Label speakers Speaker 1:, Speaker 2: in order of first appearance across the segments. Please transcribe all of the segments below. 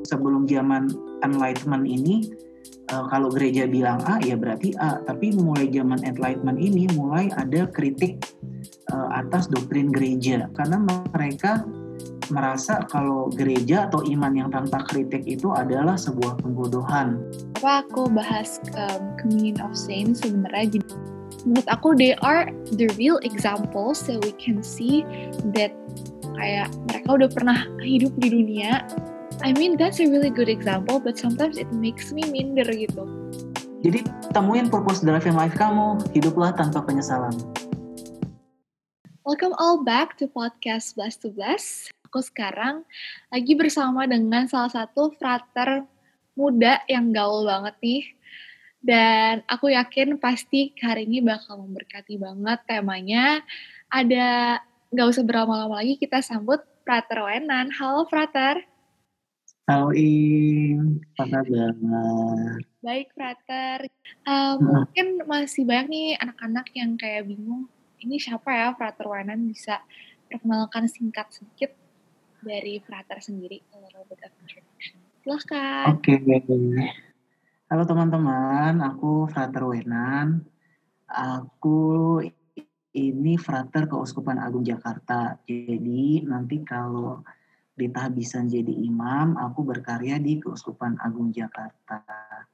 Speaker 1: sebelum zaman Enlightenment ini, kalau gereja bilang A ya berarti A, tapi mulai zaman Enlightenment ini mulai ada kritik atas doktrin gereja, karena mereka merasa kalau gereja atau iman yang tanpa kritik itu adalah sebuah pembodohan.
Speaker 2: Apa aku bahas Communion of Saints sebenarnya, menurut aku they are the real examples that we can see that kayak mereka udah pernah hidup di dunia. I mean that's a really good example, but sometimes it makes me minder gitu.
Speaker 1: Jadi temuin purpose driving life kamu, hiduplah tanpa penyesalan.
Speaker 2: Welcome all back to podcast 11 to 11. Aku sekarang lagi bersama dengan salah satu frater muda yang gaul banget nih. Dan aku yakin pasti hari ini bakal memberkati banget temanya. Gak usah berlama-lama lagi, kita sambut Frater Wenan. Halo Frater.
Speaker 1: Halo Im, apa kabar?
Speaker 2: Baik Frater. Mungkin masih banyak nih anak-anak yang kayak bingung, ini siapa ya Frater Wenan, bisa perkenalkan singkat sedikit dari Frater sendiri, a little bit of introduction. Silahkan.
Speaker 1: Oke. Halo teman-teman, aku Frater Wenan. Aku ini Frater Keuskupan Agung Jakarta. Jadi nanti kalau di tahbisan jadi imam, aku berkarya di Keuskupan Agung Jakarta.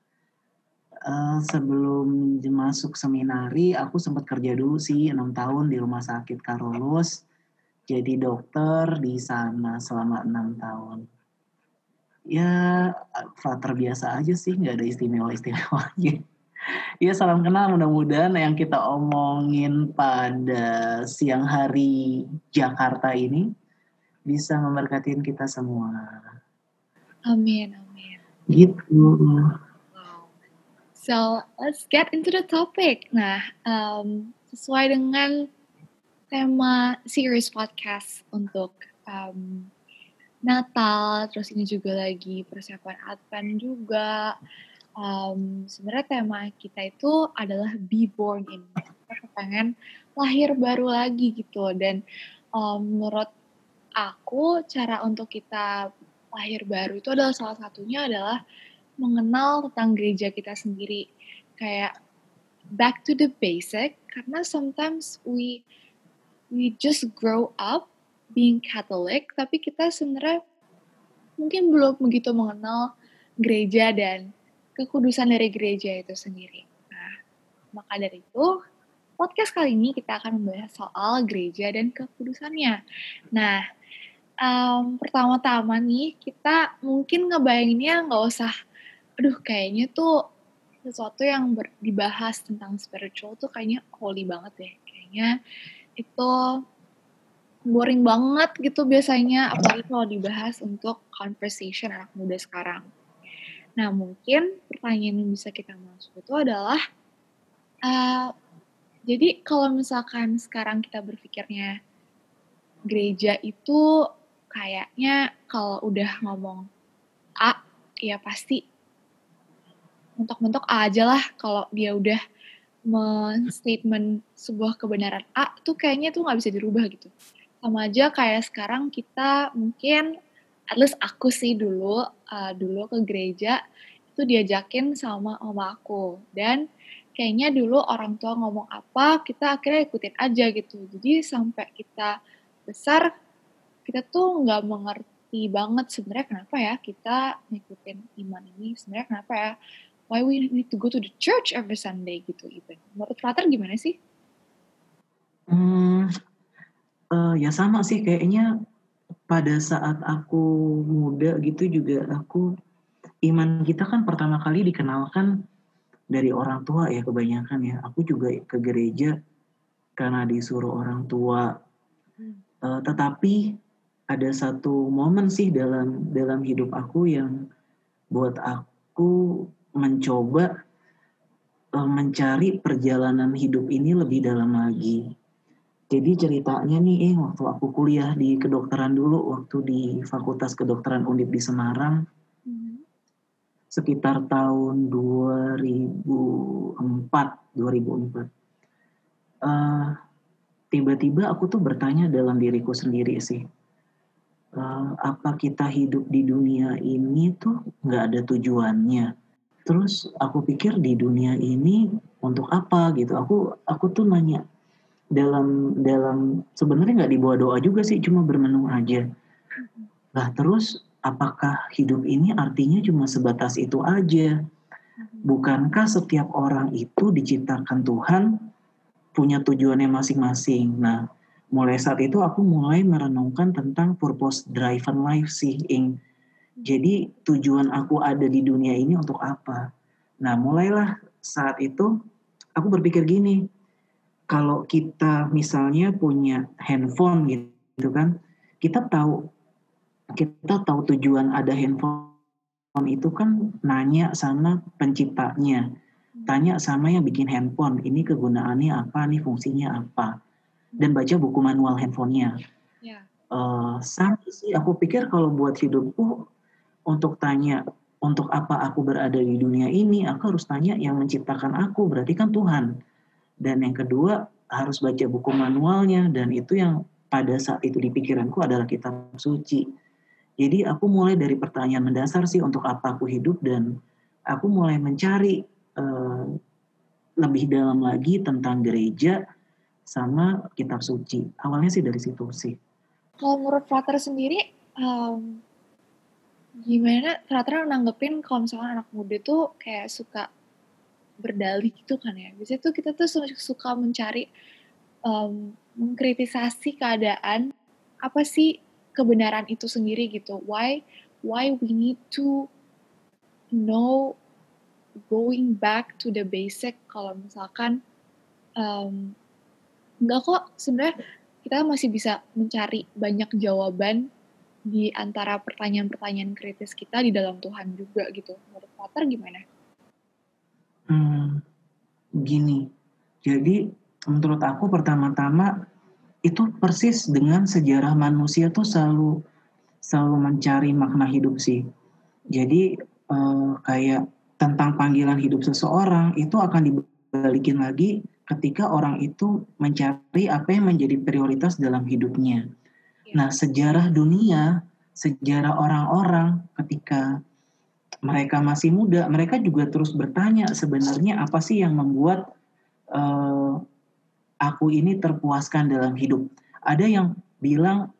Speaker 1: Sebelum masuk seminari, aku sempat kerja dulu sih 6 tahun di Rumah Sakit Karolus. Jadi dokter di sana selama 6 tahun. Ya, frater biasa aja sih, nggak ada istimewa-istimewanya. Ya, salam kenal, mudah-mudahan yang kita omongin pada siang hari Jakarta ini bisa memberkatin kita semua.
Speaker 2: Amin, amin.
Speaker 1: Gitu.
Speaker 2: So, let's get into the topic. Nah, sesuai dengan tema series podcast untuk Natal, terus ini juga lagi persiapan Advent juga. Sebenarnya tema kita itu adalah Be Born in. Kita pengen lahir baru lagi gitu. Dan menurut aku, cara untuk kita lahir baru itu adalah salah satunya adalah mengenal tentang gereja kita sendiri, kayak back to the basic, karena sometimes we just grow up being Catholic, tapi kita sebenarnya mungkin belum begitu mengenal gereja dan kekudusan dari gereja itu sendiri. Nah, maka dari itu podcast kali ini kita akan membahas soal gereja dan kekudusannya. Nah, pertama-tama nih kita mungkin ngebayanginnya nggak usah, aduh kayaknya tuh sesuatu yang dibahas tentang spiritual tuh kayaknya holy banget deh. Kayaknya itu boring banget gitu biasanya, apalagi kalau dibahas untuk conversation anak muda sekarang. Nah, mungkin pertanyaan yang bisa kita masuk itu adalah, jadi kalau misalkan sekarang kita berpikirnya gereja itu kayaknya kalau udah ngomong A, ya pasti mentok-mentok A aja lah. Kalau dia udah men-statement sebuah kebenaran A tuh kayaknya tuh gak bisa dirubah gitu. Sama aja kayak sekarang kita mungkin, at least aku sih dulu ke gereja itu diajakin sama oma aku. Dan kayaknya dulu orang tua ngomong apa, kita akhirnya ikutin aja gitu. Jadi sampai kita besar, kita tuh gak mengerti banget sebenarnya kenapa ya kita ngikutin iman ini. Sebenarnya kenapa ya, why we need to go to the church every Sunday gitu even. Menurut Frater gimana sih?
Speaker 1: Ya sama sih kayaknya pada saat aku muda gitu juga iman kita kan pertama kali dikenalkan dari orang tua ya kebanyakan ya. Aku juga ke gereja karena disuruh orang tua. Tetapi ada satu momen sih dalam hidup aku yang buat aku mencoba mencari perjalanan hidup ini lebih dalam lagi. Jadi ceritanya nih, waktu aku kuliah di kedokteran dulu, waktu di Fakultas Kedokteran Undip di Semarang, sekitar tahun 2004. Tiba-tiba aku tuh bertanya dalam diriku sendiri sih, apa kita hidup di dunia ini tuh nggak ada tujuannya. Terus aku pikir di dunia ini untuk apa gitu. Aku tuh nanya dalam dalam sebenarnya nggak dibawa doa juga sih, cuma bermenung aja. Lah terus apakah hidup ini artinya cuma sebatas itu aja? Bukankah setiap orang itu diciptakan Tuhan punya tujuannya masing-masing? Nah, mulai saat itu aku mulai merenungkan tentang purpose driven life sih, Ing. Jadi tujuan aku ada di dunia ini untuk apa? Nah, mulailah saat itu aku berpikir gini, kalau kita misalnya punya handphone gitu kan, kita tahu kita tahu tujuan ada handphone itu kan nanya sama penciptanya, tanya sama yang bikin handphone, ini kegunaannya apa, nih fungsinya apa, dan baca buku manual handphonenya.
Speaker 2: Ya.
Speaker 1: Sama sih, aku pikir kalau buat hidupku untuk tanya untuk apa aku berada di dunia ini, aku harus tanya yang menciptakan aku, berarti kan Tuhan. Dan yang kedua harus baca buku manualnya, dan itu yang pada saat itu di pikiranku adalah kitab suci. Jadi aku mulai dari pertanyaan mendasar sih untuk apa aku hidup, dan aku mulai mencari lebih dalam lagi tentang gereja sama kitab suci. Awalnya sih dari situ sih.
Speaker 2: Kalau menurut Flutter sendiri, gimana Flutter nanggepin kalau misalkan anak muda tuh kayak suka berdalih gitu kan ya. Biasanya tuh kita tuh suka mencari mengkritisasi keadaan, apa sih kebenaran itu sendiri gitu. Why we need to know going back to the basic kalau misalkan enggak kok, sebenarnya kita masih bisa mencari banyak jawaban di antara pertanyaan-pertanyaan kritis kita di dalam Tuhan juga gitu. Menurut Pater gimana?
Speaker 1: Gini, jadi menurut aku pertama-tama itu persis dengan sejarah manusia tuh selalu mencari makna hidup sih. Jadi kayak tentang panggilan hidup seseorang itu akan dibalikin lagi ketika orang itu mencari apa yang menjadi prioritas dalam hidupnya. Nah, sejarah dunia, sejarah orang-orang ketika mereka masih muda, mereka juga terus bertanya sebenarnya apa sih yang membuat aku ini terpuaskan dalam hidup. Ada yang bilang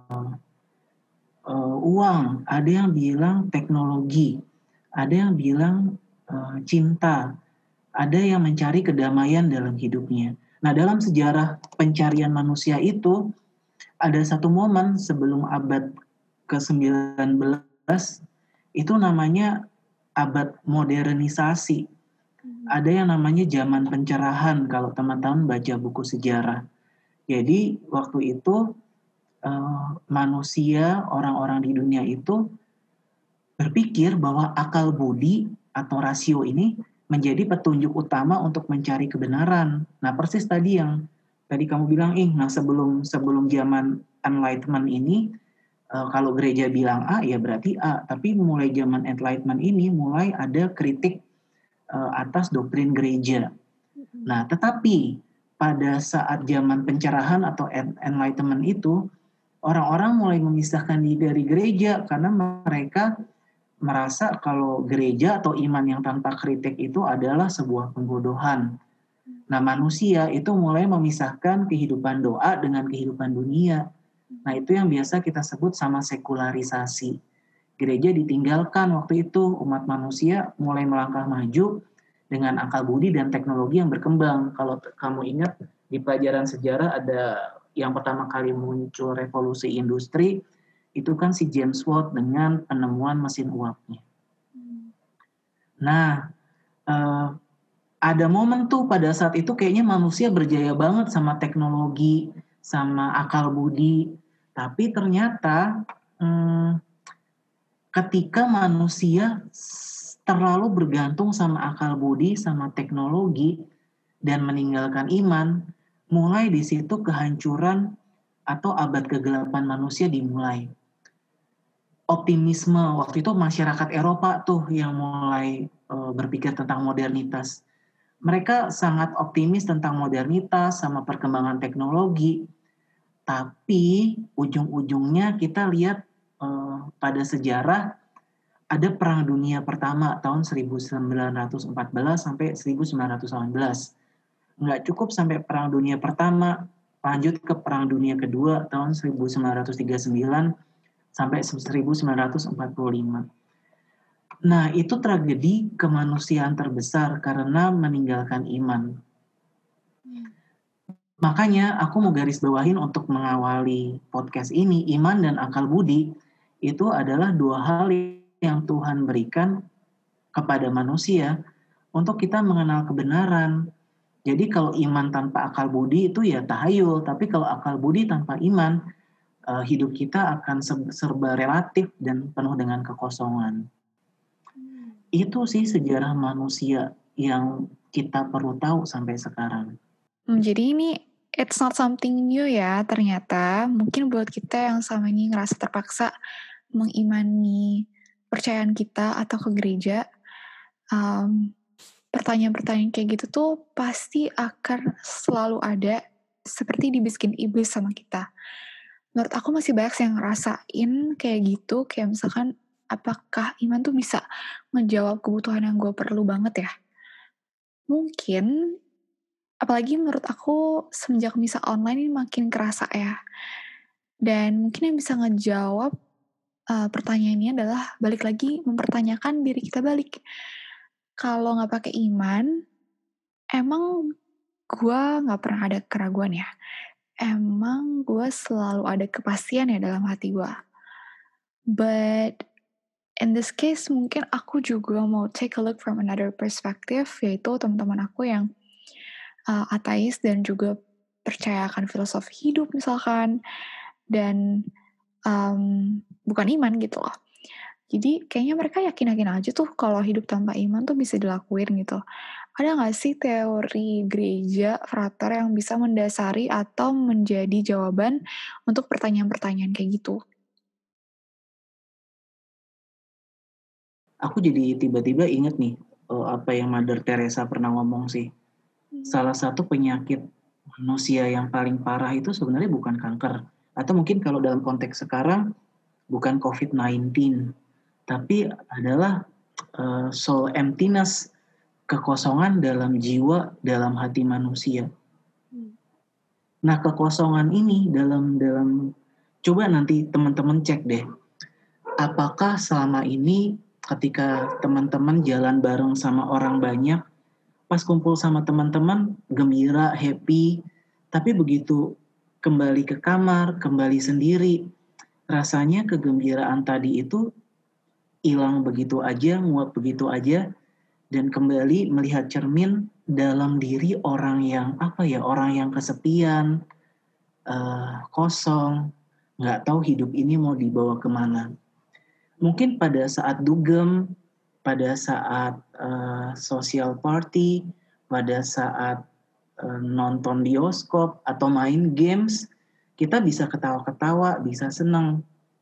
Speaker 1: uang, ada yang bilang teknologi, ada yang bilang cinta, ada yang mencari kedamaian dalam hidupnya. Nah, dalam sejarah pencarian manusia itu ada satu momen sebelum abad ke-19, itu namanya abad modernisasi. Ada yang namanya zaman pencerahan kalau teman-teman baca buku sejarah. Jadi waktu itu manusia, orang-orang di dunia itu berpikir bahwa akal budi atau rasio ini menjadi petunjuk utama untuk mencari kebenaran. Nah, persis tadi yang tadi kamu bilang, nah sebelum zaman Enlightenment ini, kalau gereja bilang A, ya berarti A. Tapi mulai zaman Enlightenment ini, mulai ada kritik atas doktrin gereja. Nah, tetapi pada saat zaman pencerahan atau Enlightenment itu, orang-orang mulai memisahkan diri dari gereja karena mereka merasa kalau gereja atau iman yang tanpa kritik itu adalah sebuah pembodohan. Nah, manusia itu mulai memisahkan kehidupan doa dengan kehidupan dunia. Nah, itu yang biasa kita sebut sama sekularisasi. Gereja ditinggalkan waktu itu, umat manusia mulai melangkah maju dengan akal budi dan teknologi yang berkembang. Kalau kamu ingat di pelajaran sejarah ada yang pertama kali muncul revolusi industri, itu kan si James Watt dengan penemuan mesin uapnya. Nah, ada momen tuh pada saat itu kayaknya manusia berjaya banget sama teknologi, sama akal budi. Tapi ternyata ketika manusia terlalu bergantung sama akal budi, sama teknologi, dan meninggalkan iman, mulai di situ kehancuran atau abad kegelapan manusia dimulai. Optimisme waktu itu masyarakat Eropa tuh yang mulai berpikir tentang modernitas. Mereka sangat optimis tentang modernitas sama perkembangan teknologi. Tapi ujung-ujungnya kita lihat pada sejarah ada Perang Dunia Pertama tahun 1914 sampai 1918. Nggak cukup sampai Perang Dunia Pertama, lanjut ke Perang Dunia Kedua tahun 1939 sampai 1945. Nah, itu tragedi kemanusiaan terbesar karena meninggalkan iman. Makanya aku mau garis bawahin untuk mengawali podcast ini, iman dan akal budi itu adalah dua hal yang Tuhan berikan kepada manusia untuk kita mengenal kebenaran. Jadi kalau iman tanpa akal budi itu ya tahayul, tapi kalau akal budi tanpa iman, hidup kita akan serba relatif dan penuh dengan kekosongan. Itu sih sejarah manusia yang kita perlu tahu sampai sekarang.
Speaker 2: Jadi ini it's not something new ya ternyata. Mungkin buat kita yang selama ini ngerasa terpaksa mengimani percayaan kita atau ke gereja, pertanyaan-pertanyaan kayak gitu tuh pasti akan selalu ada, seperti dibisikin iblis sama kita. Menurut aku masih banyak yang ngerasain kayak gitu, kayak misalkan apakah iman tuh bisa menjawab kebutuhan yang gue perlu banget ya? Mungkin, apalagi menurut aku semenjak misa online ini makin kerasa ya. Dan mungkin yang bisa ngejawab pertanyaannya adalah balik lagi mempertanyakan diri kita balik. Kalau nggak pakai iman, emang gue nggak pernah ada keraguan ya? Emang gue selalu ada kepastian ya dalam hati gue? But in this case mungkin aku juga mau take a look from another perspective, yaitu teman-teman aku yang ateis dan juga percaya akan filosofi hidup misalkan, dan bukan iman gitu loh. Jadi kayaknya mereka yakin-yakin aja tuh kalau hidup tanpa iman tuh bisa dilakuin gitu. Ada nggak sih teori gereja frater yang bisa mendasari atau menjadi jawaban untuk pertanyaan-pertanyaan kayak gitu?
Speaker 1: Aku jadi tiba-tiba inget nih apa yang Mother Teresa pernah ngomong sih. Salah satu penyakit manusia yang paling parah itu sebenarnya bukan kanker. Atau mungkin kalau dalam konteks sekarang bukan COVID-19, tapi adalah soul emptiness, kekosongan dalam jiwa, dalam hati manusia. Nah, kekosongan ini dalam coba nanti teman-teman cek deh, apakah selama ini ketika teman-teman jalan bareng sama orang banyak, pas kumpul sama teman-teman gembira, happy, tapi begitu kembali ke kamar, kembali sendiri, rasanya kegembiraan tadi itu hilang begitu aja, nguap begitu aja, dan kembali melihat cermin dalam diri orang yang orang yang kesepian, kosong, nggak tahu hidup ini mau dibawa kemana. Mungkin pada saat dugem, pada saat social party, pada saat nonton bioskop atau main games, kita bisa ketawa-ketawa, bisa senang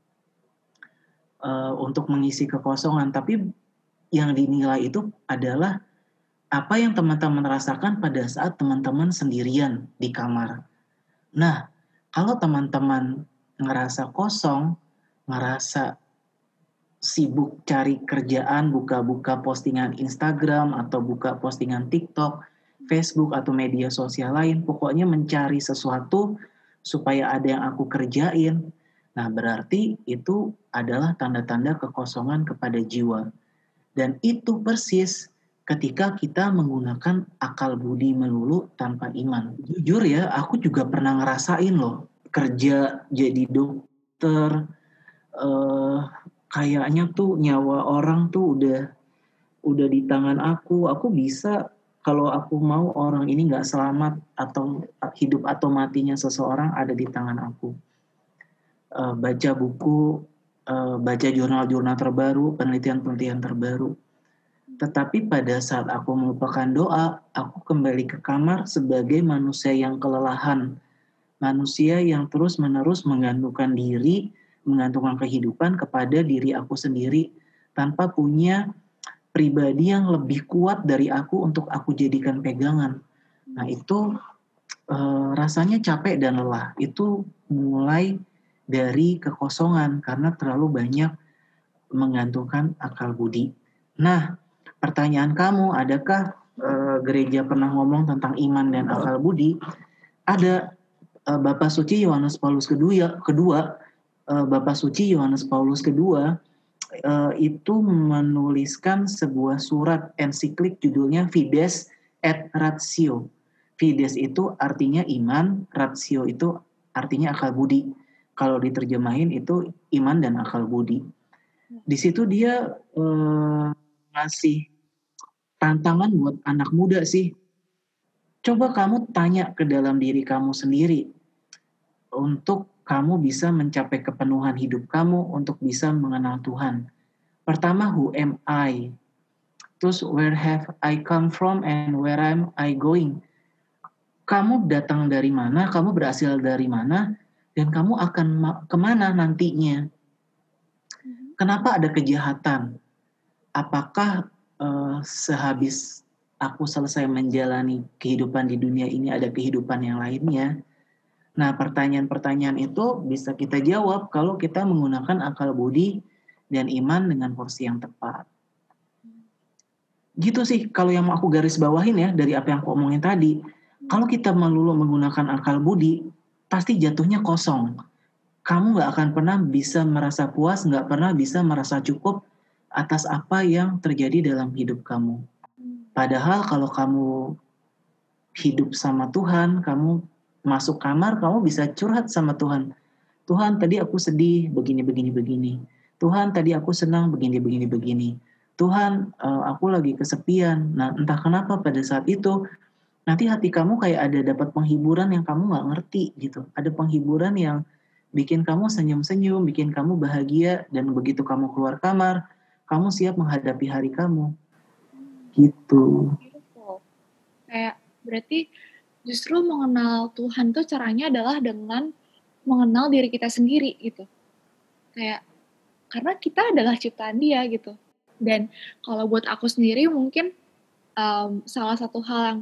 Speaker 1: untuk mengisi kekosongan. Tapi yang dinilai itu adalah apa yang teman-teman rasakan pada saat teman-teman sendirian di kamar. Nah, kalau teman-teman ngerasa kosong, ngerasa sibuk cari kerjaan, buka-buka postingan Instagram atau buka postingan TikTok, Facebook atau media sosial lain, pokoknya mencari sesuatu supaya ada yang aku kerjain. Nah, berarti itu adalah tanda-tanda kekosongan kepada jiwa. Dan itu persis ketika kita menggunakan akal budi melulu tanpa iman. Jujur ya, aku juga pernah ngerasain loh, kerja jadi dokter, kayaknya tuh nyawa orang tuh udah di tangan aku bisa, kalau aku mau orang ini nggak selamat atau hidup atau matinya seseorang ada di tangan aku. Baca buku, baca jurnal-jurnal terbaru, penelitian-penelitian terbaru. Tetapi pada saat aku melupakan doa, aku kembali ke kamar sebagai manusia yang kelelahan. Manusia yang terus-menerus menggantungkan diri, menggantungkan kehidupan kepada diri aku sendiri tanpa punya pribadi yang lebih kuat dari aku untuk aku jadikan pegangan. Nah, itu rasanya capek dan lelah. Itu mulai dari kekosongan karena terlalu banyak menggantungkan akal budi. Nah, pertanyaan kamu, adakah gereja pernah ngomong tentang iman dan akal budi? Ada. Bapak Suci Yohanes Paulus kedua Bapak Suci Yohanes Paulus kedua itu menuliskan sebuah surat ensiklik judulnya Fides et Ratio. Fides itu artinya iman, ratio itu artinya akal budi. Kalau diterjemahin itu iman dan akal budi. Di situ dia ngasih tantangan buat anak muda sih. Coba kamu tanya ke dalam diri kamu sendiri untuk kamu bisa mencapai kepenuhan hidup kamu, untuk bisa mengenal Tuhan. Pertama, who am I? Terus, where have I come from and where am I going? Kamu datang dari mana, kamu berasal dari mana, dan kamu akan kemana nantinya? Kenapa ada kejahatan? Apakah sehabis aku selesai menjalani kehidupan di dunia ini ada kehidupan yang lainnya? Nah, pertanyaan-pertanyaan itu bisa kita jawab kalau kita menggunakan akal budi dan iman dengan porsi yang tepat. Gitu sih, kalau yang mau aku garis bawahin ya dari apa yang aku omongin tadi. Kalau kita melulu menggunakan akal budi, pasti jatuhnya kosong. Kamu gak akan pernah bisa merasa puas, gak pernah bisa merasa cukup atas apa yang terjadi dalam hidup kamu. Padahal kalau kamu hidup sama Tuhan, kamu masuk kamar, kamu bisa curhat sama Tuhan. Tuhan, tadi aku sedih, begini. Tuhan, tadi aku senang, begini. Tuhan, aku lagi kesepian. Nah, entah kenapa pada saat itu, nanti hati kamu kayak ada dapat penghiburan yang kamu gak ngerti gitu. Ada penghiburan yang bikin kamu senyum-senyum, bikin kamu bahagia, dan begitu kamu keluar kamar, kamu siap menghadapi hari kamu. Gitu.
Speaker 2: Beautiful. Kayak berarti justru mengenal Tuhan tuh caranya adalah dengan mengenal diri kita sendiri gitu. Kayak karena kita adalah ciptaan Dia gitu. Dan kalau buat aku sendiri mungkin salah satu hal yang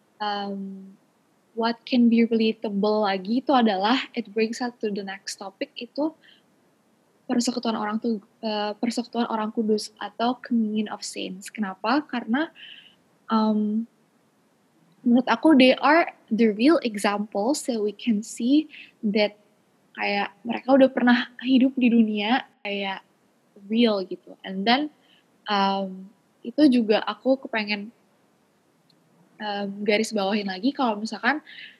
Speaker 2: what can be relatable lagi itu adalah it brings us to the next topic itu persekutuan orang kudus atau communion of saints. Kenapa? Karena menurut aku they are the real examples that we can see that kayak mereka udah pernah hidup di dunia kayak real gitu. And then itu juga aku kepengen garis bawahin lagi kalau misalkan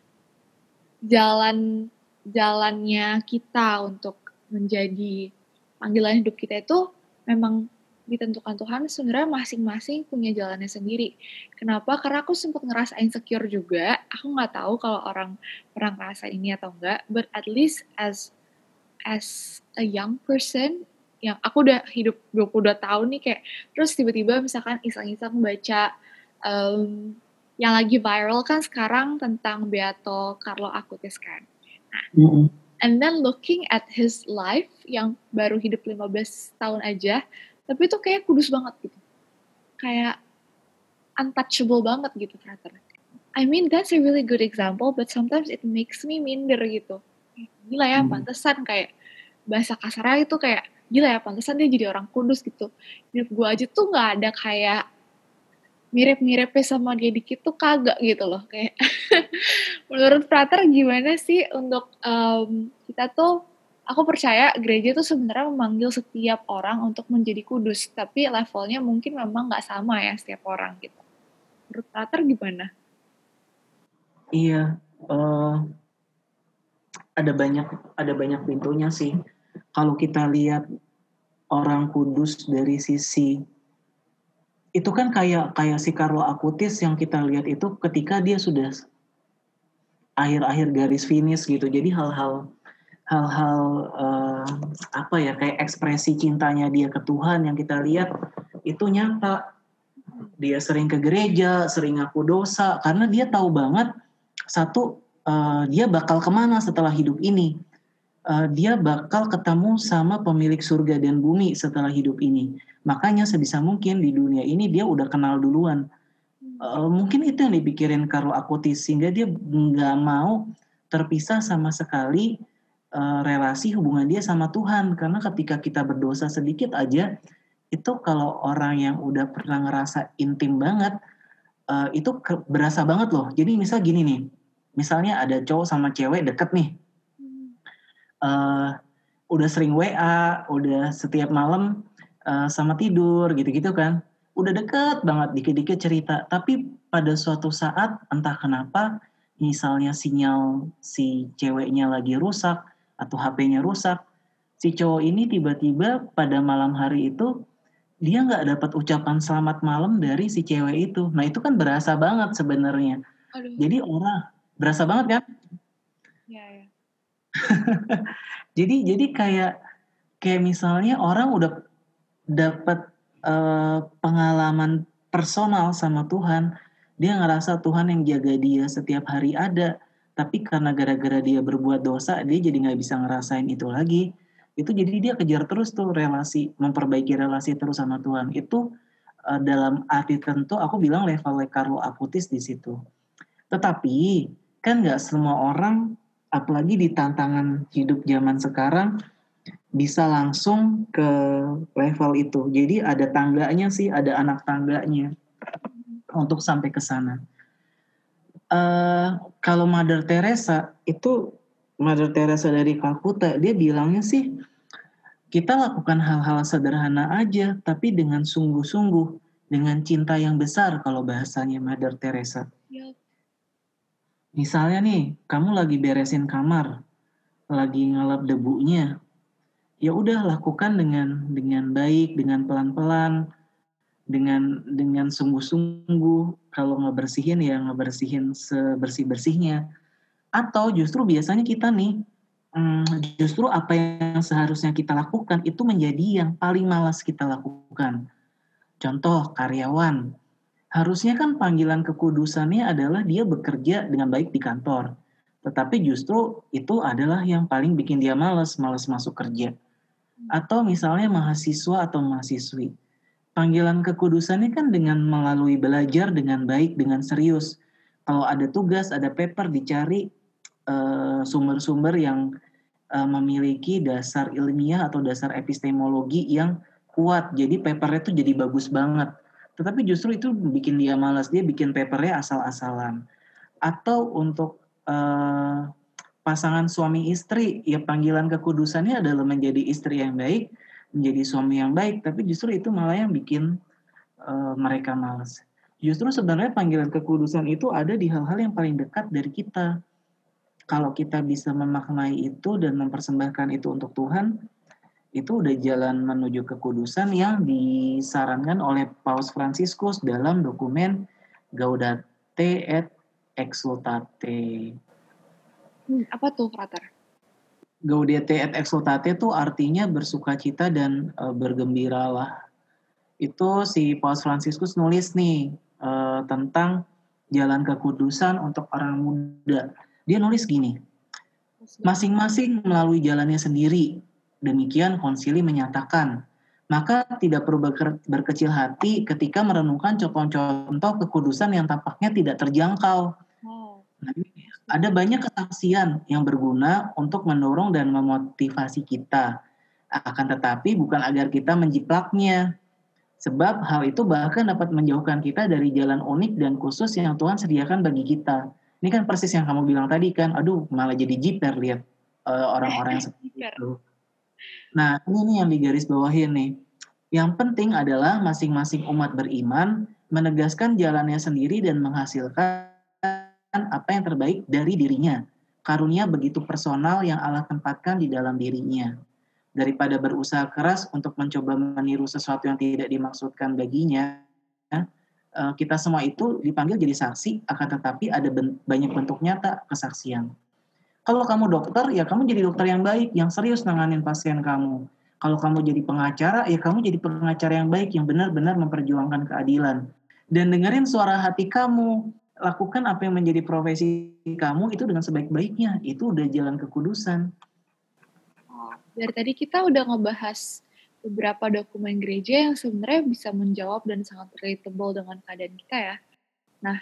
Speaker 2: jalannya kita untuk menjadi panggilan hidup kita itu memang ditentukan Tuhan, sebenarnya masing-masing punya jalannya sendiri. Kenapa? Karena aku sempat ngerasa insecure juga. Aku nggak tahu kalau orang pernah ngerasa ini atau enggak, but at least as a young person, yang aku udah hidup 22 tahun nih kayak, terus tiba-tiba misalkan iseng-iseng baca yang lagi viral kan sekarang tentang Beato Carlo Acutis kan. Nah, and then looking at his life yang baru hidup 15 tahun aja, tapi itu kayak kudus banget gitu. Kayak untouchable banget gitu ternyata. I mean that's a really good example, but sometimes it makes me minder gitu. Gila ya, pantesan kayak bahasa kasarnya itu kayak gila ya, pantesan dia jadi orang kudus gitu. Hidup gue aja tuh gak ada kayak mirip-miripnya sama dia dikit tuh kagak gitu loh. Kayak menurut Frater gimana sih untuk kita tuh, aku percaya gereja tuh sebenarnya memanggil setiap orang untuk menjadi kudus, tapi levelnya mungkin memang gak sama ya setiap orang gitu. Menurut Frater gimana?
Speaker 1: Iya, ada banyak pintunya sih. Kalau kita lihat orang kudus dari sisi itu kan kayak si Carlo Acutis yang kita lihat itu ketika dia sudah akhir-akhir garis finish gitu. Jadi hal-hal apa ya, kayak ekspresi cintanya dia ke Tuhan yang kita lihat itu nyata. Dia sering ke gereja, sering ngaku dosa karena dia tahu banget satu, dia bakal kemana setelah hidup ini. Dia bakal ketemu sama pemilik surga dan bumi setelah hidup ini. Makanya sebisa mungkin di dunia ini dia udah kenal duluan. Mungkin itu yang dipikirin Carlo Acutis, sehingga dia nggak mau terpisah sama sekali relasi hubungan dia sama Tuhan. Karena ketika kita berdosa sedikit aja, itu kalau orang yang udah pernah ngerasa intim banget, itu berasa banget loh. Jadi misal gini nih, misalnya ada cowok sama cewek deket nih, udah sering WA, udah setiap malam sama tidur gitu-gitu kan, udah deket banget, dikit-dikit cerita. Tapi pada suatu saat entah kenapa, misalnya sinyal si ceweknya lagi rusak atau HP-nya rusak, si cowok ini tiba-tiba pada malam hari itu dia nggak dapat ucapan selamat malam dari si cewek itu. Nah itu kan berasa banget sebenarnya.
Speaker 2: Aduh,
Speaker 1: Jadi orang berasa banget kan?
Speaker 2: ya.
Speaker 1: Jadi kayak misalnya orang udah dapat pengalaman personal sama Tuhan, dia ngerasa Tuhan yang jaga dia setiap hari ada. Tapi karena gara-gara dia berbuat dosa, dia jadi nggak bisa ngerasain itu lagi. Itu jadi dia kejar terus tuh relasi, memperbaiki relasi terus sama Tuhan. Itu dalam arti tentu aku bilang level Carlo Acutis di situ. Tetapi kan nggak semua orang, apalagi di tantangan hidup zaman sekarang, bisa langsung ke level itu. Jadi ada tangganya sih, ada anak tangganya untuk sampai ke sana. Kalau Mother Teresa itu, Mother Teresa dari Calcutta, dia bilangnya sih kita lakukan hal-hal sederhana aja, tapi dengan sungguh-sungguh, dengan cinta yang besar kalau bahasanya Mother Teresa.
Speaker 2: Ya.
Speaker 1: Misalnya nih, kamu lagi beresin kamar, lagi ngelap debunya, ya udah lakukan dengan baik, dengan pelan-pelan, dengan sungguh-sungguh. Kalau ngebersihin ya ngebersihin sebersih-bersihnya. Atau justru biasanya kita nih, justru apa yang seharusnya kita lakukan itu menjadi yang paling malas kita lakukan. Contoh karyawan, harusnya kan panggilan kekudusannya adalah dia bekerja dengan baik di kantor. Tetapi justru itu adalah yang paling bikin dia malas masuk kerja. Atau misalnya mahasiswa atau mahasiswi, panggilan kekudusannya kan dengan melalui belajar dengan baik, dengan serius. Kalau ada tugas, ada paper, dicari sumber-sumber yang memiliki dasar ilmiah atau dasar epistemologi yang kuat. Jadi papernya tuh jadi bagus banget. Tetapi justru itu bikin dia malas, dia bikin papernya asal-asalan. Atau untuk pasangan suami istri, ya panggilan kekudusannya adalah menjadi istri yang baik, menjadi suami yang baik, tapi justru itu malah yang bikin mereka malas. Justru sebenarnya panggilan kekudusan itu ada di hal-hal yang paling dekat dari kita. Kalau kita bisa memaknai itu dan mempersembahkan itu untuk Tuhan, itu udah jalan menuju kekudusan yang disarankan oleh Paus Fransiskus dalam dokumen Gaudete et Exsultate.
Speaker 2: Apa tuh, Frater?
Speaker 1: Gaudete et Exsultate itu artinya bersukacita dan bergembiralah. Itu si Paus Fransiskus nulis nih tentang jalan kekudusan untuk orang muda. Dia nulis gini, masing-masing melalui jalannya sendiri. Demikian konsili menyatakan. Maka tidak perlu berkecil hati ketika merenungkan contoh-contoh kekudusan yang tampaknya tidak terjangkau. Nah, ada banyak kesaksian yang berguna untuk mendorong dan memotivasi kita. Akan tetapi bukan agar kita menjiplaknya. Sebab hal itu bahkan dapat menjauhkan kita dari jalan unik dan khusus yang Tuhan sediakan bagi kita. Ini kan persis yang kamu bilang tadi kan, aduh malah jadi jiper lihat orang-orang yang seperti itu. Nah ini nih yang digarisbawahin nih. Yang penting adalah masing-masing umat beriman menegaskan jalannya sendiri dan menghasilkan apa yang terbaik dari dirinya. Karunia begitu personal yang Allah tempatkan di dalam dirinya. Daripada berusaha keras untuk mencoba meniru sesuatu yang tidak dimaksudkan baginya, kita semua itu dipanggil jadi saksi, akan tetapi ada banyak bentuk nyata kesaksian. Kalau kamu dokter, ya kamu jadi dokter yang baik, yang serius nanganin pasien kamu. Kalau kamu jadi pengacara, ya kamu jadi pengacara yang baik, yang benar-benar memperjuangkan keadilan. Dan dengerin suara hati kamu, lakukan apa yang menjadi profesi kamu itu dengan sebaik-baiknya. Itu udah jalan kekudusan.
Speaker 2: Dari tadi kita udah ngebahas beberapa dokumen gereja yang sebenarnya bisa menjawab dan sangat relatable dengan keadaan kita ya. Nah,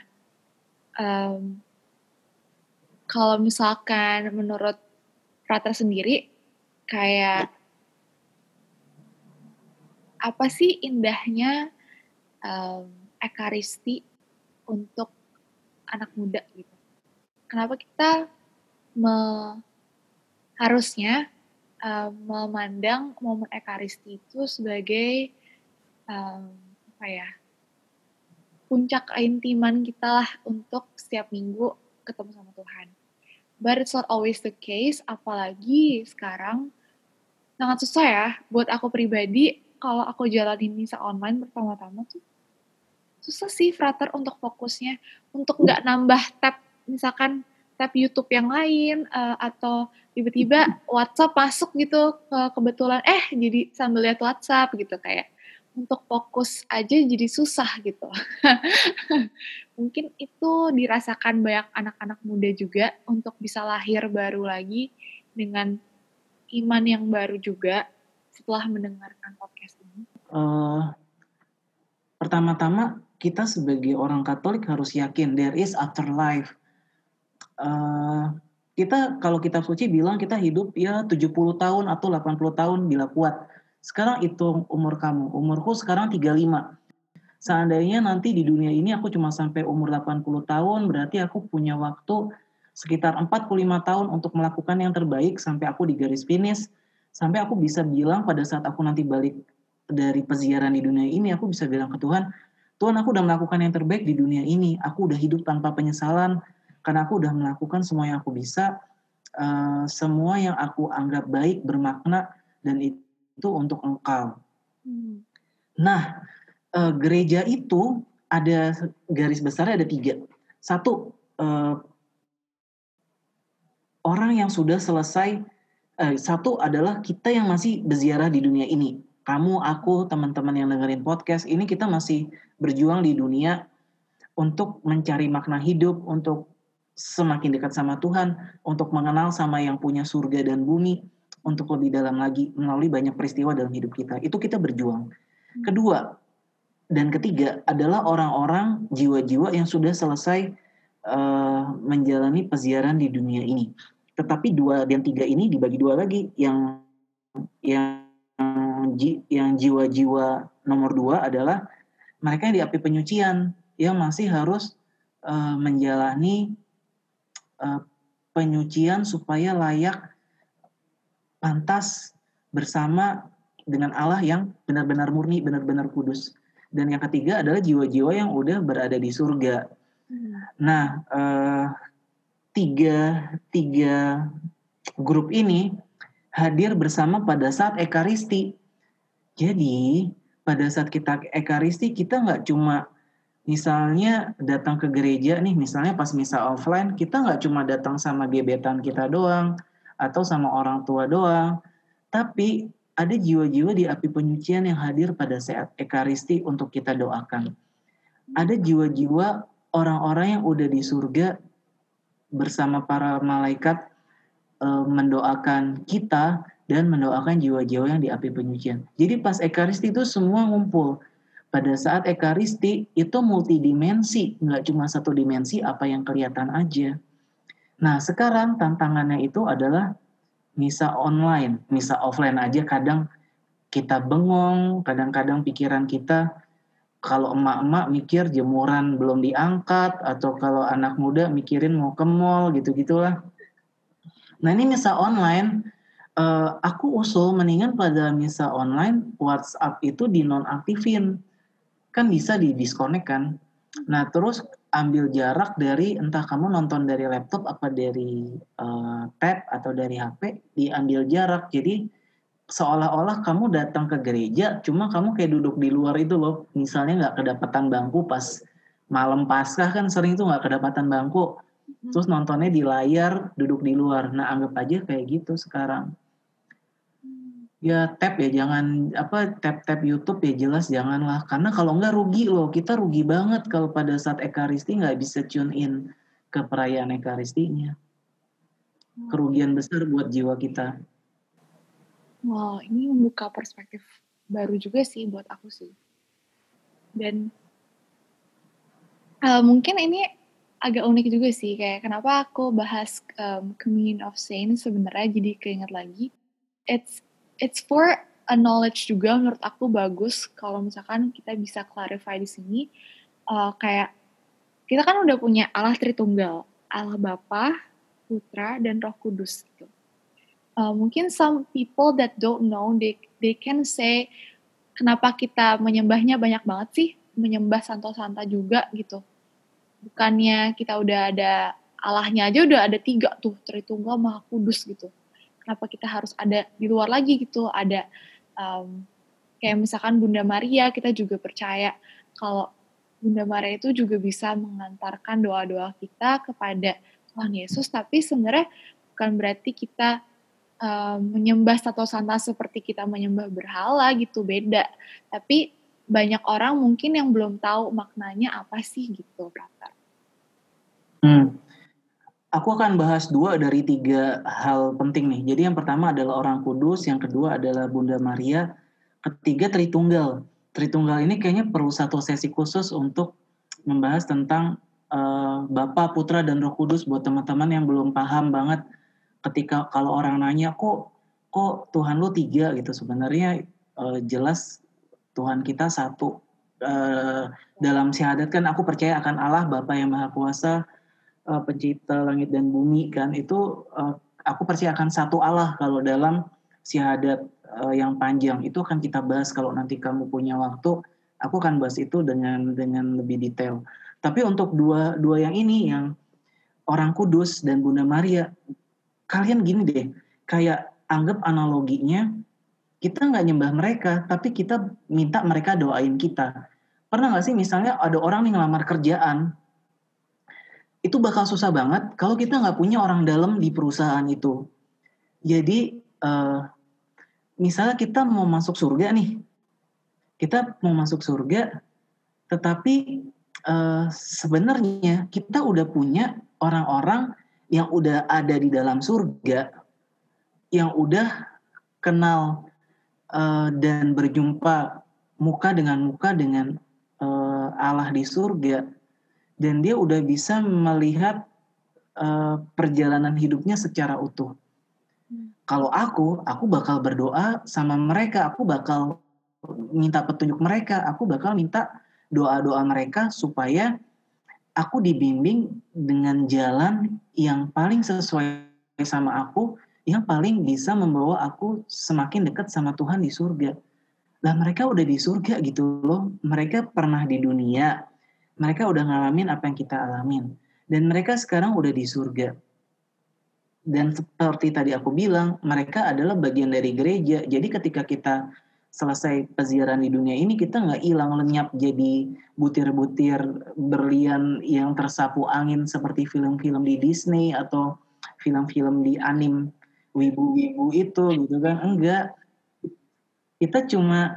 Speaker 2: kalau misalkan menurut Frater sendiri, kayak apa sih indahnya ekaristi untuk anak muda gitu? Kenapa kita harusnya memandang momen ekaristi itu sebagai apa ya, puncak keintiman kita lah untuk setiap minggu ketemu sama Tuhan. But it's not always the case, apalagi sekarang sangat susah ya buat aku pribadi. Kalau aku jalanin misa online pertama-tama tuh susah sih Frater untuk fokusnya, untuk nggak nambah tab, misalkan tab YouTube yang lain, atau tiba-tiba WhatsApp masuk gitu, kebetulan jadi sambil lihat WhatsApp gitu, kayak untuk fokus aja jadi susah gitu. Mungkin itu dirasakan banyak anak-anak muda juga untuk bisa lahir baru lagi dengan iman yang baru juga setelah mendengarkan podcast ini.
Speaker 1: Pertama-tama kita sebagai orang Katolik harus yakin there is afterlife. Kalau kita suci bilang kita hidup ya 70 tahun atau 80 tahun bila kuat. Sekarang itu umur kamu. Umurku sekarang 35. Seandainya nanti di dunia ini aku cuma sampai umur 80 tahun, berarti aku punya waktu sekitar 45 tahun untuk melakukan yang terbaik sampai aku di garis finish. Sampai aku bisa bilang pada saat aku nanti balik dari peziaran di dunia ini, aku bisa bilang ke Tuhan, Tuhan aku udah melakukan yang terbaik di dunia ini. Aku udah hidup tanpa penyesalan, karena aku udah melakukan semua yang aku bisa, semua yang aku anggap baik, bermakna, dan itu untuk Engkau. Nah, gereja itu ada garis besarnya ada 3. Satu, orang yang sudah selesai, satu adalah kita yang masih berziarah di dunia ini. Kamu, aku, teman-teman yang dengerin podcast, ini kita masih berjuang di dunia untuk mencari makna hidup, untuk semakin dekat sama Tuhan, untuk mengenal sama yang punya surga dan bumi, untuk lebih dalam lagi melalui banyak peristiwa dalam hidup kita. Itu kita berjuang. Kedua dan ketiga adalah orang-orang jiwa-jiwa yang sudah selesai menjalani peziaran di dunia ini. Tetapi 2 dan 3 ini dibagi 2 lagi, yang jiwa-jiwa nomor 2 adalah mereka yang di api penyucian, yang masih harus menjalani penyucian supaya layak, pantas bersama dengan Allah yang benar-benar murni, benar-benar kudus. Dan yang ketiga adalah jiwa-jiwa yang udah berada di surga. Nah, tiga grup ini hadir bersama pada saat ekaristi. Jadi pada saat kita ekaristi, kita nggak cuma misalnya datang ke gereja nih, misalnya pas misa offline, kita nggak cuma datang sama gebetan kita doang, atau sama orang tua doang, tapi ada jiwa-jiwa di api penyucian yang hadir pada saat ekaristi untuk kita doakan. Ada jiwa-jiwa orang-orang yang udah di surga bersama para malaikat mendoakan kita dan mendoakan jiwa-jiwa yang di api penyucian. Jadi pas ekaristi itu semua ngumpul. Pada saat ekaristi itu multidimensi, nggak cuma satu dimensi apa yang kelihatan aja. Nah sekarang tantangannya itu adalah misa online, misa offline aja kadang kita bengong, kadang-kadang pikiran kita, kalau emak-emak mikir jemuran belum diangkat, atau kalau anak muda mikirin mau ke mall gitu-gitulah. Nah ini misa online, aku usul mendingan pada misa online WhatsApp itu dinonaktifin, kan bisa di disconnect kan. Nah terus ambil jarak dari, entah kamu nonton dari laptop apa dari tab atau dari HP, diambil jarak. Jadi seolah-olah kamu datang ke gereja, cuma kamu kayak duduk di luar itu loh. Misalnya nggak kedapatan bangku pas malam Paskah, kan sering tuh nggak kedapatan bangku. Terus nontonnya di layar, duduk di luar. Nah anggap aja kayak gitu sekarang. Ya tab ya jangan, tab YouTube ya jelas janganlah, karena kalau nggak rugi loh, kita rugi banget kalau pada saat ekaristi nggak bisa tune in ke perayaan ekaristinya. Kerugian besar buat jiwa kita.
Speaker 2: Wow, ini membuka perspektif baru juga sih buat aku sih. Dan Mungkin ini agak unik juga sih, kayak kenapa aku bahas Communion of Saints sebenarnya jadi keinget lagi. It's for a knowledge juga, menurut aku bagus kalau misalkan kita bisa clarify di sini. Kayak kita kan udah punya Allah Tritunggal, Allah Bapa, Putra, dan Roh Kudus gitu. Mungkin some people that don't know, they can say, kenapa kita menyembahnya banyak banget sih, menyembah Santo-Santa juga gitu. Bukannya kita udah ada Allahnya aja udah ada 3 tuh, Tritunggal, Maha Kudus gitu. Kenapa kita harus ada di luar lagi gitu, ada kayak misalkan Bunda Maria, kita juga percaya kalau Bunda Maria itu juga bisa mengantarkan doa-doa kita kepada Tuhan Yesus, tapi sebenarnya bukan berarti kita menyembah Santo-Santa seperti kita menyembah berhala gitu, beda. Tapi banyak orang mungkin yang belum tahu maknanya apa sih gitu, Rata.
Speaker 1: Aku akan bahas 2 dari 3 hal penting nih. Jadi yang pertama adalah Orang Kudus, yang kedua adalah Bunda Maria, ketiga Tritunggal. Tritunggal ini kayaknya perlu satu sesi khusus untuk membahas tentang Bapa, Putra, dan Roh Kudus buat teman-teman yang belum paham banget ketika kalau orang nanya kok Tuhan lu 3 gitu. Sebenarnya jelas Tuhan kita satu. Dalam syahadat kan aku percaya akan Allah Bapa yang Maha Kuasa, pencipta langit dan bumi kan, itu aku percaya akan satu Allah. Kalau dalam syahadat yang panjang itu akan kita bahas kalau nanti kamu punya waktu, aku akan bahas itu dengan lebih detail. Tapi untuk dua yang ini, yang Orang Kudus dan Bunda Maria, kalian gini deh, kayak anggap analoginya kita nggak nyembah mereka, tapi kita minta mereka doain kita. Pernah nggak sih misalnya ada orang nih ngelamar kerjaan, itu bakal susah banget kalau kita nggak punya orang dalam di perusahaan itu. Jadi misalnya kita mau masuk surga nih, tetapi sebenarnya kita udah punya orang-orang yang udah ada di dalam surga, yang udah kenal dan berjumpa muka dengan Allah di surga, dan dia udah bisa melihat perjalanan hidupnya secara utuh. Kalau aku bakal berdoa sama mereka, aku bakal minta petunjuk mereka, aku bakal minta doa-doa mereka supaya aku dibimbing dengan jalan yang paling sesuai sama aku, yang paling bisa membawa aku semakin dekat sama Tuhan di surga. Lah mereka udah di surga gitu loh, mereka pernah di dunia, mereka udah ngalamin apa yang kita alamin, dan mereka sekarang udah di surga. Dan seperti tadi aku bilang, mereka adalah bagian dari gereja. Jadi ketika kita selesai peziarah di dunia ini, kita nggak hilang lenyap jadi butir-butir berlian yang tersapu angin seperti film-film di Disney atau film-film di anim wibu-wibu itu gitu kan. Enggak. Kita cuma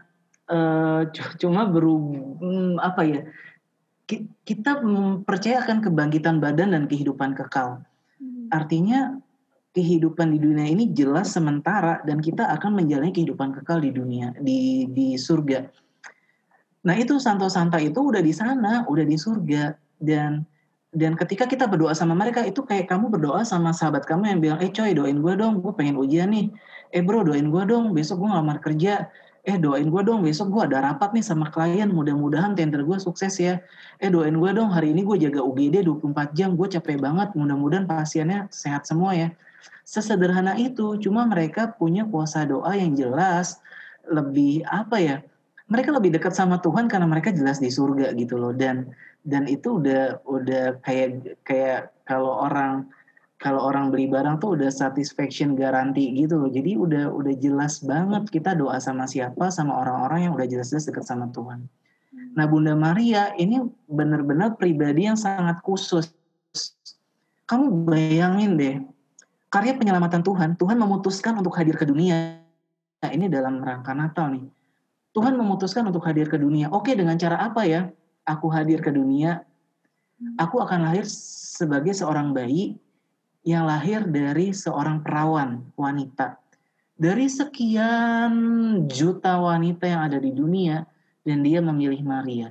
Speaker 1: kita mempercayakan kebangkitan badan dan kehidupan kekal. Artinya kehidupan di dunia ini jelas sementara, dan kita akan menjalani kehidupan kekal di dunia, di surga. Nah itu Santo-Santa itu udah di sana, udah di surga, dan ketika kita berdoa sama mereka, itu kayak kamu berdoa sama sahabat kamu yang bilang, coy doain gue dong, gue pengen ujian nih. Bro doain gue dong, besok gue ngelamar kerja. Doain gue dong, besok gue ada rapat nih sama klien, mudah-mudahan tender gue sukses ya. Doain gue dong, hari ini gue jaga UGD 24 jam, gue capek banget, mudah-mudahan pasiennya sehat semua ya. Sesederhana itu, cuma mereka punya kuasa doa yang jelas, lebih mereka lebih dekat sama Tuhan karena mereka jelas di surga gitu loh. Dan itu udah kayak kalau orang beli barang tuh udah satisfaction garanti gitu loh. Jadi udah jelas banget kita doa sama siapa, sama orang-orang yang udah jelas-jelas dekat sama Tuhan. Nah Bunda Maria ini benar-benar pribadi yang sangat khusus. Kamu bayangin deh, karya penyelamatan Tuhan memutuskan untuk hadir ke dunia. Nah, ini dalam rangka Natal nih. Tuhan memutuskan untuk hadir ke dunia. Oke, dengan cara apa ya? Aku hadir ke dunia. Aku akan lahir sebagai seorang bayi yang lahir dari seorang perawan wanita. Dari sekian juta wanita yang ada di dunia, dan dia memilih Maria.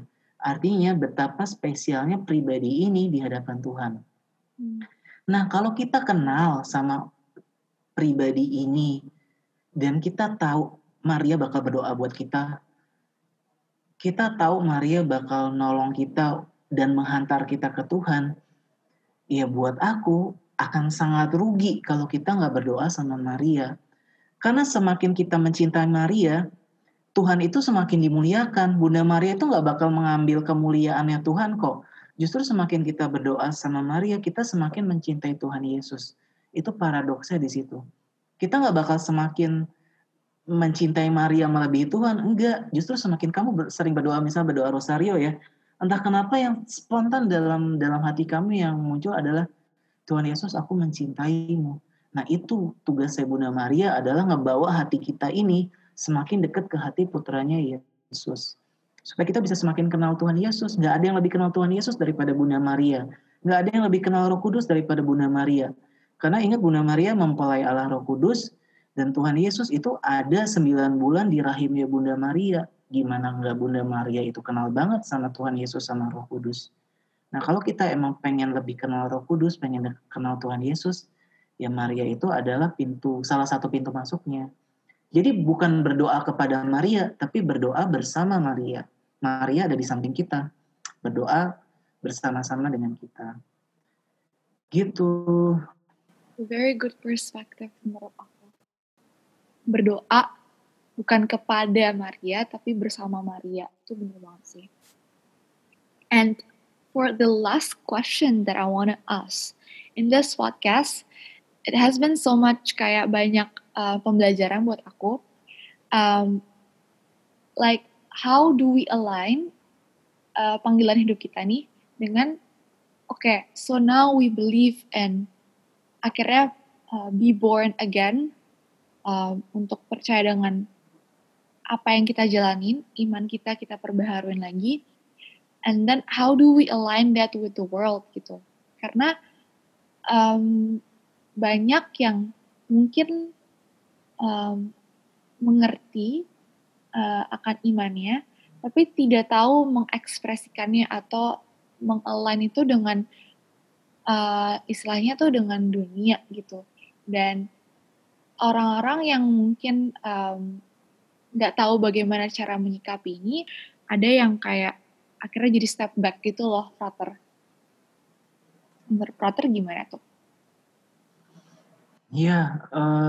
Speaker 1: Artinya betapa spesialnya pribadi ini di hadapan Tuhan. Nah, kalau kita kenal sama pribadi ini dan kita tahu Maria bakal berdoa buat kita, kita tahu Maria bakal nolong kita dan menghantar kita ke Tuhan, ya buat aku akan sangat rugi kalau kita nggak berdoa sama Maria. Karena semakin kita mencintai Maria, Tuhan itu semakin dimuliakan. Bunda Maria itu nggak bakal mengambil kemuliaannya Tuhan kok. Justru semakin kita berdoa sama Maria, kita semakin mencintai Tuhan Yesus. Itu paradoksnya di situ. Kita nggak bakal semakin mencintai Maria melebihi Tuhan. Enggak, justru semakin kamu sering berdoa, misalnya berdoa rosario ya. Entah kenapa yang spontan dalam hati kamu yang muncul adalah, Tuhan Yesus, aku mencintaimu. Nah itu tugasnya Bunda Maria adalah ngebawa hati kita ini semakin dekat ke hati putranya Yesus. Supaya kita bisa semakin kenal Tuhan Yesus. Gak ada yang lebih kenal Tuhan Yesus daripada Bunda Maria. Gak ada yang lebih kenal Roh Kudus daripada Bunda Maria. Karena ingat Bunda Maria mempelai Allah Roh Kudus, dan Tuhan Yesus itu ada 9 bulan di rahimnya Bunda Maria. Gimana gak Bunda Maria itu kenal banget sama Tuhan Yesus sama Roh Kudus. Nah, kalau kita emang pengen lebih kenal Roh Kudus, pengen kenal Tuhan Yesus, ya Maria itu adalah salah satu pintu masuknya. Jadi bukan berdoa kepada Maria, tapi berdoa bersama Maria. Maria ada di samping kita, berdoa bersama-sama dengan kita. Gitu.
Speaker 2: Very good perspective menurut aku. Berdoa bukan kepada Maria, tapi bersama Maria. Itu benar banget sih. And for the last question that I want to ask in this podcast, it has been so much kayak banyak pembelajaran buat aku. Like how do we align panggilan hidup kita nih dengan okay, so now we believe and akhirnya be born again, untuk percaya dengan apa yang kita jalanin, iman kita perbaharuin lagi. And then how do we align that with the world gitu? Karena banyak yang mungkin mengerti akan imannya, tapi tidak tahu mengekspresikannya atau mengalign itu dengan istilahnya tuh dengan dunia gitu. Dan orang-orang yang mungkin nggak tahu bagaimana cara menyikapi ini, ada yang kayak akhirnya jadi step back gitu loh, Frater. Menurut Frater gimana tuh?
Speaker 1: Iya,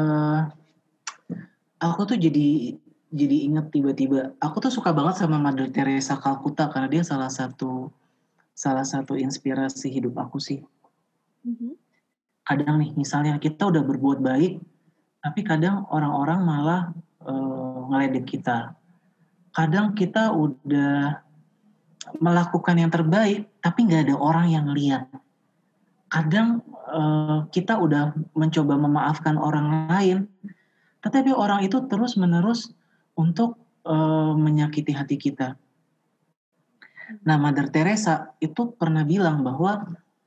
Speaker 1: aku tuh jadi ingat tiba-tiba, aku tuh suka banget sama Mother Teresa Calcutta karena dia salah satu inspirasi hidup aku sih. Kadang nih, misalnya kita udah berbuat baik, tapi kadang orang-orang malah ngeledek kita. Kadang kita udah melakukan yang terbaik, tapi nggak ada orang yang lihat. Kadang kita udah mencoba memaafkan orang lain, tetapi orang itu terus-menerus untuk menyakiti hati kita. Nah, Mother Teresa itu pernah bilang bahwa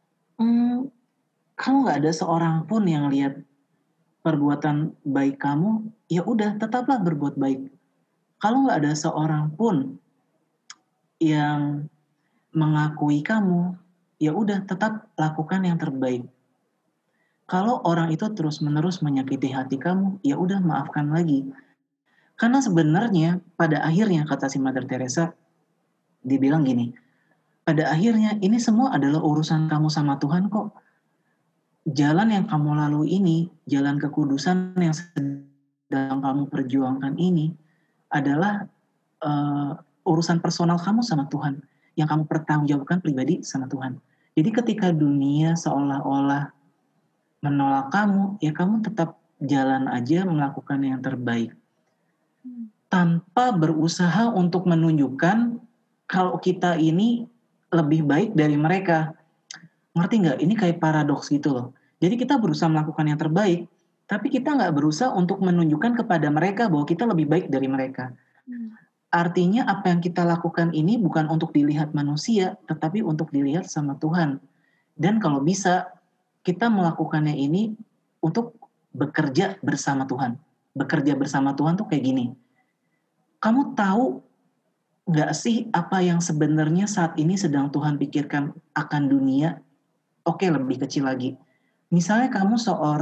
Speaker 1: kalau nggak ada seorang pun yang lihat perbuatan baik kamu, ya udah tetaplah berbuat baik. Kalau nggak ada seorang pun yang mengakui kamu, ya udah tetap lakukan yang terbaik. Kalau orang itu terus-menerus menyakiti hati kamu, ya udah maafkan lagi. Karena sebenarnya pada akhirnya, kata si Mother Teresa, dibilang gini, pada akhirnya ini semua adalah urusan kamu sama Tuhan kok. Jalan yang kamu lalui ini, jalan kekudusan yang sedang kamu perjuangkan ini adalah urusan personal kamu sama Tuhan, yang kamu pertanggungjawabkan pribadi sama Tuhan. Jadi ketika dunia seolah-olah menolak kamu, ya kamu tetap jalan aja melakukan yang terbaik. Tanpa berusaha untuk menunjukkan kalau kita ini lebih baik dari mereka. Ngerti nggak? Ini kayak paradoks gitu loh. Jadi kita berusaha melakukan yang terbaik, tapi kita nggak berusaha untuk menunjukkan kepada mereka bahwa kita lebih baik dari mereka. Artinya apa yang kita lakukan ini bukan untuk dilihat manusia, tetapi untuk dilihat sama Tuhan. Dan kalau bisa, kita melakukannya ini untuk bekerja bersama Tuhan. Bekerja bersama Tuhan tuh kayak gini. Kamu tahu nggak sih apa yang sebenarnya saat ini sedang Tuhan pikirkan akan dunia? Oke, lebih kecil lagi. Misalnya kamu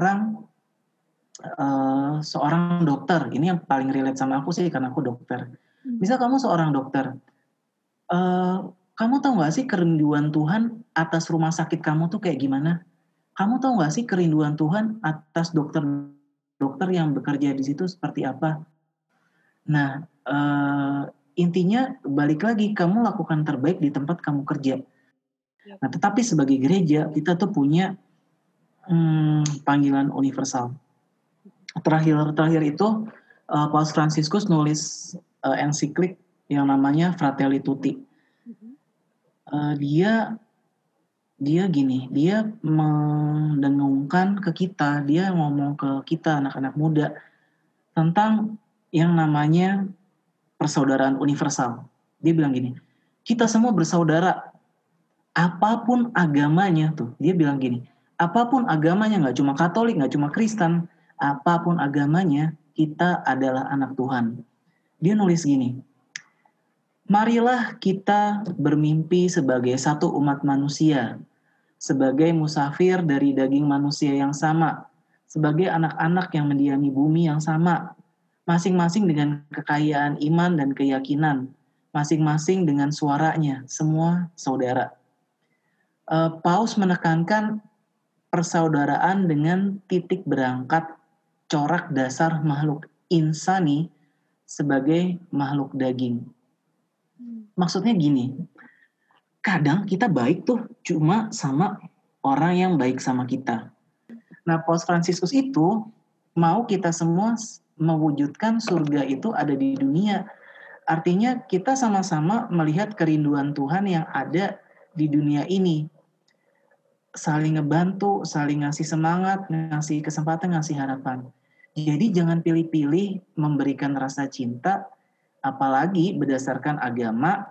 Speaker 1: seorang dokter, ini yang paling relate sama aku sih karena aku dokter. Misal kamu seorang dokter, kamu tahu nggak sih kerinduan Tuhan atas rumah sakit kamu tuh kayak gimana? Kamu tahu nggak sih kerinduan Tuhan atas dokter-dokter yang bekerja di situ seperti apa? Nah, intinya balik lagi, kamu lakukan terbaik di tempat kamu kerja. Nah, tetapi sebagai gereja, kita tuh punya panggilan universal. Terakhir itu, Paus Fransiskus nulis ensiklik yang namanya Fratelli Tutti. Dia mendengungkan ke kita, dia ngomong ke kita anak-anak muda tentang yang namanya persaudaraan universal. Dia bilang gini, kita semua bersaudara, apapun agamanya tuh. Dia bilang gini, apapun agamanya, nggak cuma Katolik, nggak cuma Kristen, apapun agamanya, kita adalah anak Tuhan. Dia nulis gini, marilah kita bermimpi sebagai satu umat manusia, sebagai musafir dari daging manusia yang sama, sebagai anak-anak yang mendiami bumi yang sama, masing-masing dengan kekayaan iman dan keyakinan, masing-masing dengan suaranya, semua saudara. Paus menekankan persaudaraan dengan titik berangkat corak dasar makhluk insani sebagai makhluk daging. Maksudnya gini, kadang kita baik tuh cuma sama orang yang baik sama kita. Nah, Paus Fransiskus itu mau kita semua mewujudkan surga itu ada di dunia. Artinya kita sama-sama melihat kerinduan Tuhan yang ada di dunia ini. Saling ngebantu, saling ngasih semangat, ngasih kesempatan, ngasih harapan. Jadi jangan pilih-pilih memberikan rasa cinta, apalagi berdasarkan agama,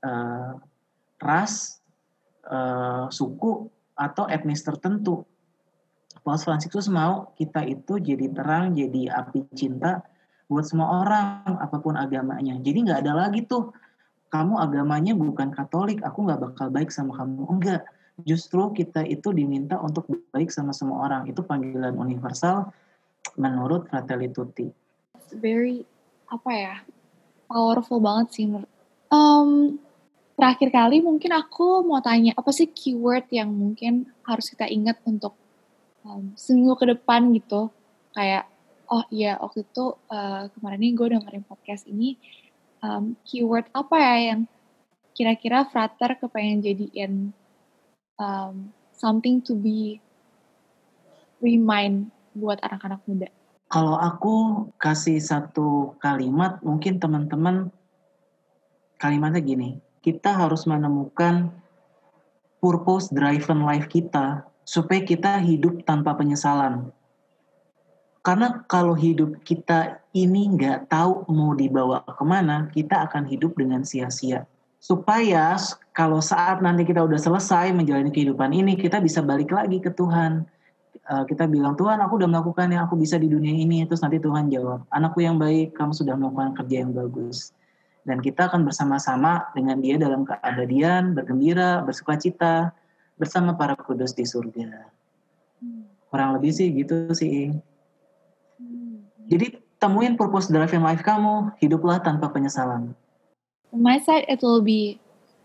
Speaker 1: ras, suku, atau etnis tertentu. Paus Fransiskus mau kita itu jadi terang, jadi api cinta buat semua orang, apapun agamanya. Jadi nggak ada lagi tuh, kamu agamanya bukan Katolik, aku nggak bakal baik sama kamu. Enggak, justru kita itu diminta untuk baik sama semua orang. Itu panggilan universal menurut Fratelli Tutti.
Speaker 2: It's very, powerful banget sih. Terakhir kali mungkin aku mau tanya, apa sih keyword yang mungkin harus kita ingat untuk seminggu ke depan gitu. Kayak, oh iya waktu itu kemarin ini gue dengerin podcast ini, keyword apa ya yang kira-kira Frater kepengen jadiin something to be remind buat anak-anak muda.
Speaker 1: Kalau aku kasih satu kalimat, mungkin teman-teman kalimatnya gini, kita harus menemukan purpose driven life kita supaya kita hidup tanpa penyesalan. Karena kalau hidup kita ini nggak tahu mau dibawa kemana, kita akan hidup dengan sia-sia. Supaya kalau saat nanti kita udah selesai menjalani kehidupan ini, kita bisa balik lagi ke Tuhan. Kita bilang, Tuhan aku udah melakukan yang aku bisa di dunia ini. Terus nanti Tuhan jawab, anakku yang baik, kamu sudah melakukan kerja yang bagus. Dan kita akan bersama-sama dengan dia dalam keabadian, bergembira, bersukacita, bersama para kudus di surga. Kurang lebih sih gitu sih. Jadi temuin purpose driven life kamu, hiduplah tanpa penyesalan.
Speaker 2: On my side it will be,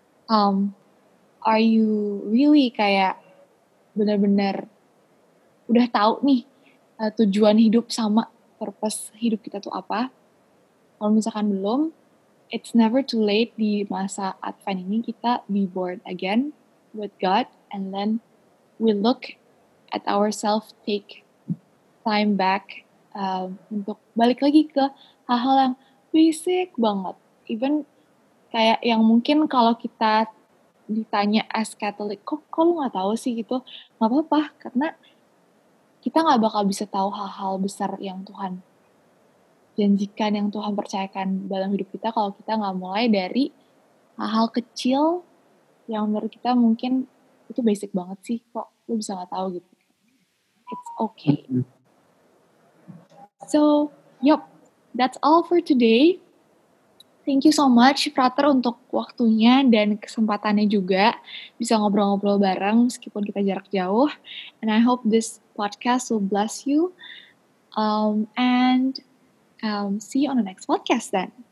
Speaker 2: are you really kayak benar-benar udah tahu nih tujuan hidup sama purpose hidup kita tuh apa? Kalau misalkan belum, it's never too late di masa Advent ini kita be born again with God, and then we look at ourselves, take time back untuk balik lagi ke hal-hal yang basic banget. Even kayak yang mungkin kalau kita ditanya as Catholic, kok lu nggak tahu sih gitu? Nggak apa-apa, karena kita nggak bakal bisa tahu hal-hal besar yang Tuhan janjikan, yang Tuhan percayakan dalam hidup kita kalau kita nggak mulai dari hal-hal kecil yang menurut kita mungkin itu basic banget sih, kok lu bisa nggak tahu gitu. It's okay. So, yup, that's all for today. Thank you so much, Frater, untuk waktunya dan kesempatannya juga. Bisa ngobrol-ngobrol bareng meskipun kita jarak jauh. And I hope this podcast will bless you. And see you on the next podcast then.